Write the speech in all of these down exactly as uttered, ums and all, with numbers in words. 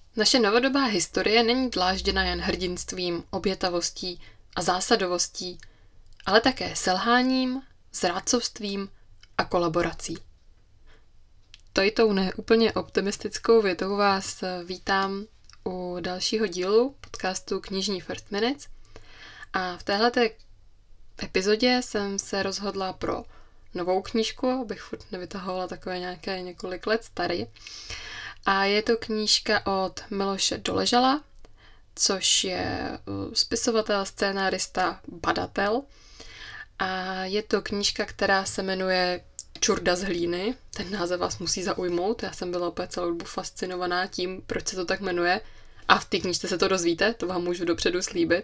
Naše novodobá historie není dlážděna jen hrdinstvím, obětavostí a zásadovostí, ale také selháním, zrádcovstvím a kolaborací. To i tou neúplně optimistickou větou vás vítám u dalšího dílu podcastu Knižní First Minutes. A v téhleté epizodě jsem se rozhodla pro novou knížku, abych furt nevytahovala takové nějaké několik let starý. A je to knížka od Miloše Doležala, což je spisovatel, scénárista, badatel. A je to knížka, která se jmenuje Čurda z hlíny. Ten název vás musí zaujmout. Já jsem byla opět celou dobu fascinovaná tím, proč se to tak jmenuje. A v té knížce se to dozvíte, to vám můžu dopředu slíbit.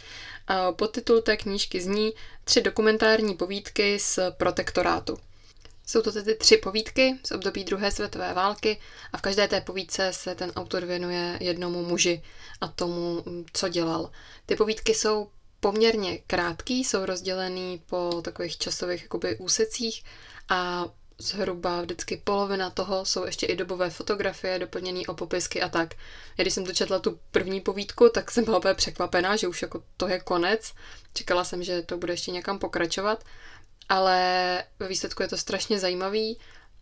A podtitul té knížky zní Tři dokumentární povídky z protektorátu. Jsou to tedy tři povídky z období druhé světové války a v každé té povídce se ten autor věnuje jednomu muži a tomu, co dělal. Ty povídky jsou poměrně krátký, jsou rozdělený po takových časových jakoby úsecích a zhruba vždycky polovina toho jsou ještě i dobové fotografie, doplněné o popisky a tak. Já když jsem to četla tu první povídku, tak jsem byla úplně překvapená, že už jako to je konec. Čekala jsem, že to bude ještě někam pokračovat, ale ve výsledku je to strašně zajímavý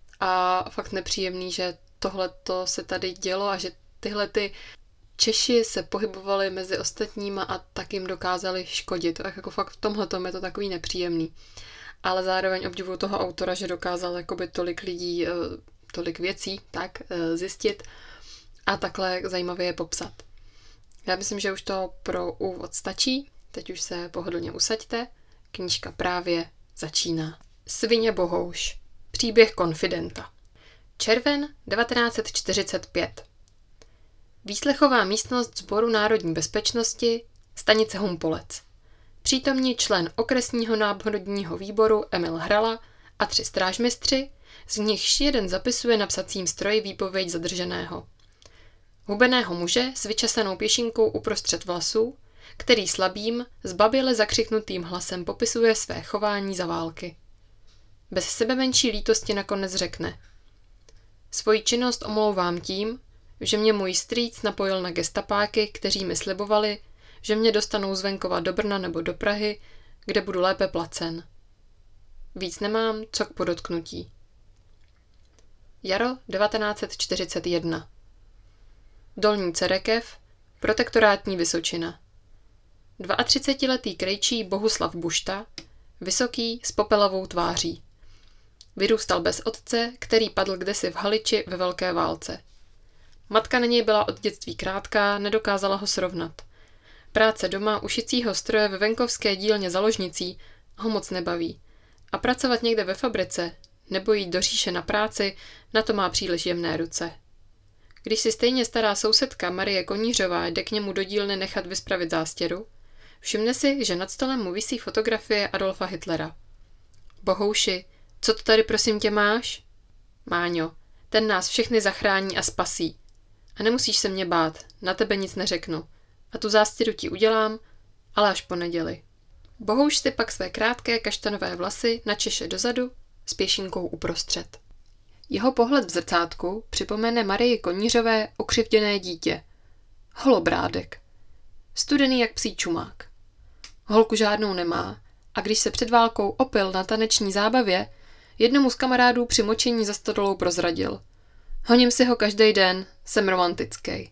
a fakt nepříjemný, že tohle se tady dělo a že tyhle ty Češi se pohybovali mezi ostatníma a tak jim dokázali škodit. Tak jako fakt v tomhletom je to takový nepříjemný. Ale zároveň obdivuju toho autora, že dokázal jakoby tolik lidí, tolik věcí tak zjistit a takhle zajímavě je popsat. Já myslím, že už to pro úvod stačí. Teď už se pohodlně usaďte. Knížka právě začíná. Svině Bohouš. Příběh konfidenta. Červen devatenáct set čtyřicet pět. Výslechová místnost Sboru národní bezpečnosti, stanice Humpolec. Přítomní člen okresního národního výboru Emil Hrala a tři strážmistři, z nichž jeden zapisuje na psacím stroji výpověď zadrženého. Hubeného muže s vyčesanou pěšinkou uprostřed vlasů, který slabým, zbaběle zakřiknutým hlasem popisuje své chování za války. Bez sebemenší lítosti nakonec řekne: Svoji činnost omlouvám tím, že mě můj strýc napojil na gestapáky, kteří mi slibovali, že mě dostanou z venkova do Brna nebo do Prahy, kde budu lépe placen. Víc nemám co k podotknutí. Jaro devatenáct set čtyřicet jedna. Dolní Cerekev, protektorátní Vysočina. dvaatřicetiletý krejčí Bohuslav Bušta, vysoký, s popelavou tváří. Vyrůstal bez otce, který padl kdesi v Haliči ve velké válce. Matka na něj byla od dětství krátká, nedokázala ho srovnat. Práce doma u šicího stroje ve venkovské dílně za ložnicí ho moc nebaví. A pracovat někde ve fabrice nebo jít do říše na práci, na to má příliš jemné ruce. Když si stejně stará sousedka Marie Konířová jde k němu do dílny nechat vyspravit zástěru, všimne si, že nad stolem mu visí fotografie Adolfa Hitlera. Bohouši, co to tady prosím tě máš? Máňo, ten nás všechny zachrání a spasí. A nemusíš se mě bát, na tebe nic neřeknu. A tu zástěru ti udělám, ale až po neděli. Bohouš si pak své krátké kaštanové vlasy načeše dozadu s pěšinkou uprostřed. Jeho pohled v zrcátku připomene Marii Konířové okřivděné dítě. Holobrádek. Studený jak psí čumák. Holku žádnou nemá a když se před válkou opil na taneční zábavě, jednomu z kamarádů při močení za stodolou prozradil: Honím si ho každý den, jsem romantický.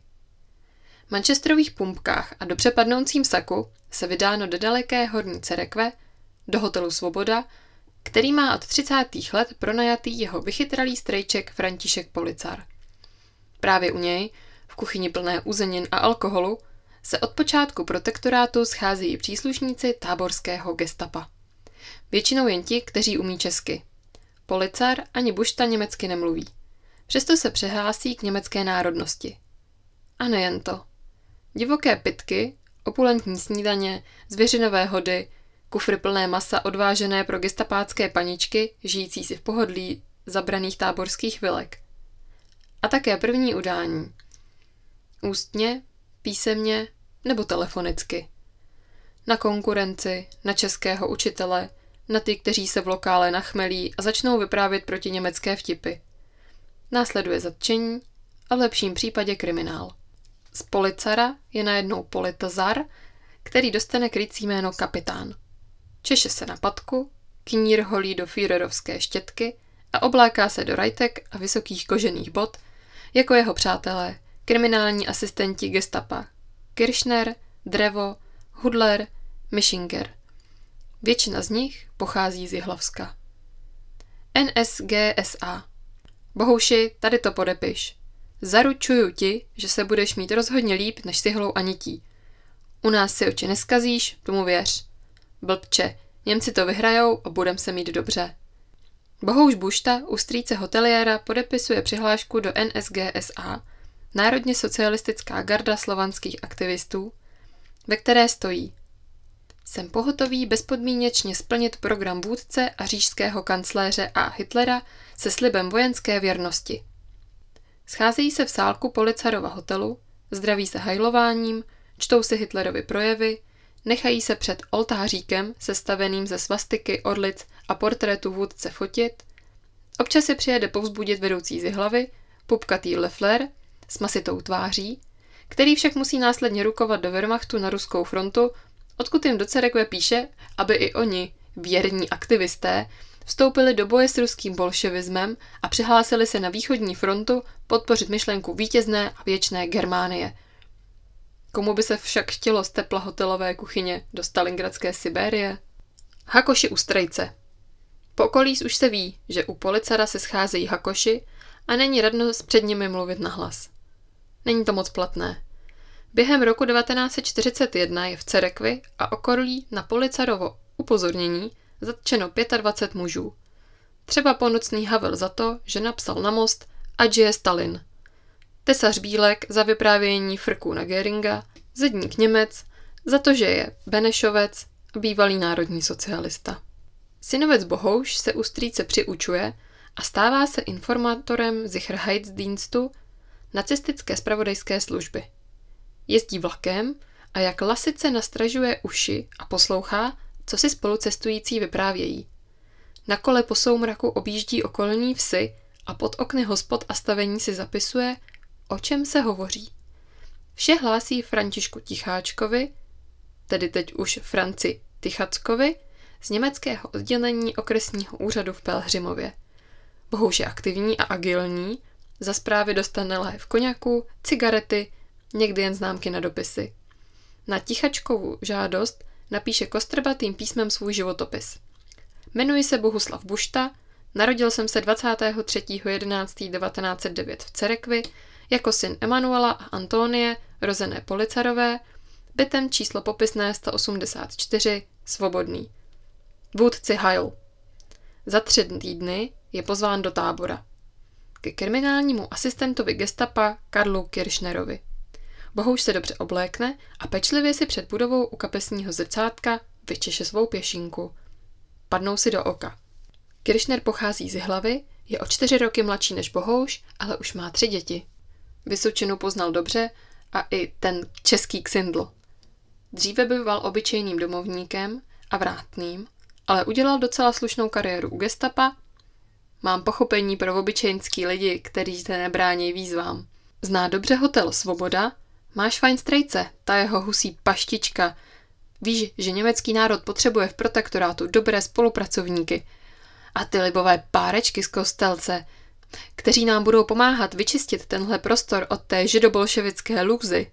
V manchesterových pumpkách a dobře padnoucím saku se vydáno do daleké horní Cerekve, do hotelu Svoboda, který má od třicátých let pronajatý jeho vychytralý strejček František Policar. Právě u něj, v kuchyni plné uzenin a alkoholu, se od počátku protektorátu scházejí příslušníci táborského gestapa. Většinou jen ti, kteří umí česky. Policar ani Bušta německy nemluví. Přesto se přihlásí k německé národnosti. A nejen to. Divoké pytky, opulentní snídaně, zvěřinové hody, kufry plné masa odvážené pro gestapácké paničky, žijící si v pohodlí zabraných táborských vilek. A také první udání. Ústně, písemně nebo telefonicky. Na konkurenci, na českého učitele, na ty, kteří se v lokále nachmelí a začnou vyprávět proti německé vtipy. Následuje zatčení a v lepším případě kriminál. Z policara je najednou politazar, který dostane krycí jméno kapitán. Češe se na patku, knír holí do führerovské štětky a obléká se do rajtek a vysokých kožených bot, jako jeho přátelé, kriminální asistenti gestapa Kirchner, Drevo, Hudler, Mischinger. Většina z nich pochází z Jihlavska. N S G S A. Bohouši, tady to podepiš. Zaručuju ti, že se budeš mít rozhodně líp než s Jihlou a Nití. U nás si oči neskazíš, tomu věř. Blbče, Němci to vyhrajou a budem se mít dobře. Bohouš Bušta u strýce hoteliéra podepisuje přihlášku do N S G S A, Národně socialistická garda slovanských aktivistů, ve které stojí: Jsem pohotový bezpodmínečně splnit program vůdce a říšského kancléře A. Hitlera se slibem vojenské věrnosti. Scházejí se v sálku Policarova hotelu, zdraví se hajlováním, čtou si Hitlerovy projevy, nechají se před oltáříkem sestaveným ze svastiky, orlic a portrétu vůdce fotit, občas se přijede povzbudit vedoucí z Jihlavy, pupkatý Leffler s masitou tváří, který však musí následně rukovat do Wehrmachtu na ruskou frontu, odkud jim do Cerekve píše, aby i oni, věrní aktivisté, vstoupili do boje s ruským bolševismem a přihlásili se na východní frontu podpořit myšlenku vítězné a věčné Germánie. Komu by se však chtělo z tepla hotelové kuchyně do stalingradské Sibérie? Hakoši u strejce. Po okolí už se ví, že u Policara se scházejí hakoši a není radno před nimi mluvit nahlas. Není to moc platné. Během roku devatenáct set čtyřicet jedna je v Cerekvi a okolí na Policarovo upozornění zatčeno dvacet pět mužů. Třeba ponocný Havel za to, že napsal na most Ať je Stalin. Tesař Bílek za vyprávění frků na Göringa, zedník Němec za to, že je Benešovec a bývalý národní socialista. Synovec Bohouš se u strýce přiučuje a stává se informátorem Sicherheitsdienstu nacistické zpravodajské služby. Jezdí vlakem a jak lasice nastražuje uši a poslouchá, co si spolucestující vyprávějí. Na kole po soumraku objíždí okolní vsi a pod okny hospod a stavení si zapisuje, o čem se hovoří. Vše hlásí Františku Ticháčkovi, tedy teď už Franci Tychackovi, z německého oddělení okresního úřadu v Pelhřimově. Bohouš je aktivní a agilní, za zprávy dostane lahev koněku, cigarety, někdy jen známky na dopisy. Na Tichačkovu žádost napíše kostrbatým písmem svůj životopis. Jmenuji se Bohuslav Bušta, narodil jsem se dvacátého třetího jedenáctého devatenáct set devět v Cerekvi jako syn Emanuela a Antonie, rozené Policarové, bytem číslo popisné sto osmdesát čtyři, svobodný. Vůdci Heil. Za tři týdny je pozván do tábora. Ke kriminálnímu asistentovi gestapa Karlu Kirchnerovi. Bohouš se dobře oblékne a pečlivě si před budovou u kapesního zrcátka vyčeše svou pěšinku. Padnou si do oka. Kirchner pochází z Jihlavy, je o čtyři roky mladší než Bohouš, ale už má tři děti. Vysočinu poznal dobře a i ten český ksindl. Dříve býval obyčejným domovníkem a vrátným, ale udělal docela slušnou kariéru u gestapa. Mám pochopení pro obyčejnský lidi, kteří se nebrání výzvám. Zná dobře hotel Svoboda, máš fajn strejce, ta jeho husí paštička. Víš, že německý národ potřebuje v protektorátu dobré spolupracovníky. A ty libové párečky z Kostelce, kteří nám budou pomáhat vyčistit tenhle prostor od té židobolševické lůzy.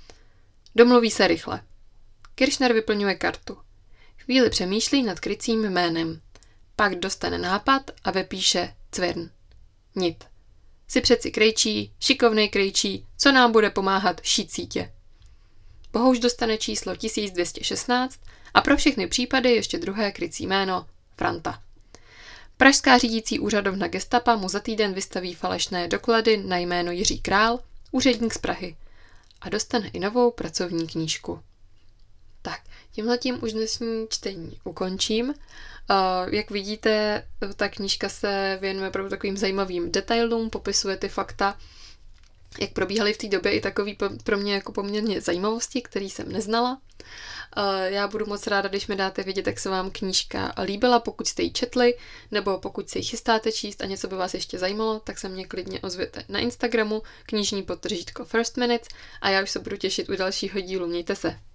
Domluví se rychle. Kirchner vyplňuje kartu. Chvíli přemýšlí nad krycím jménem. Pak dostane nápad a vypíše Cvirn. Nit. Si přeci krejčí, šikovnej krejčí, co nám bude pomáhat šít sítě. Bohouš dostane číslo tisíc dvě stě šestnáct a pro všechny případy ještě druhé krycí jméno Franta. Pražská řídící úřadovna gestapa mu za týden vystaví falešné doklady na jméno Jiří Král, úředník z Prahy, a dostane i novou pracovní knížku. Tak, tímhletím už dnešní čtení ukončím. Uh, jak vidíte, ta knížka se věnuje opravdu takovým zajímavým detailům, popisuje ty fakta jak probíhaly v té době i takový pro mě jako poměrně zajímavosti, které jsem neznala. Já budu moc ráda, když mi dáte vědět, jak se vám knížka líbila, pokud jste ji četli, nebo pokud se ji chystáte číst a něco by vás ještě zajímalo, tak se mě klidně ozvěte na Instagramu, knižní podtržítko First Minutes, a já už se budu těšit u dalšího dílu. Mějte se!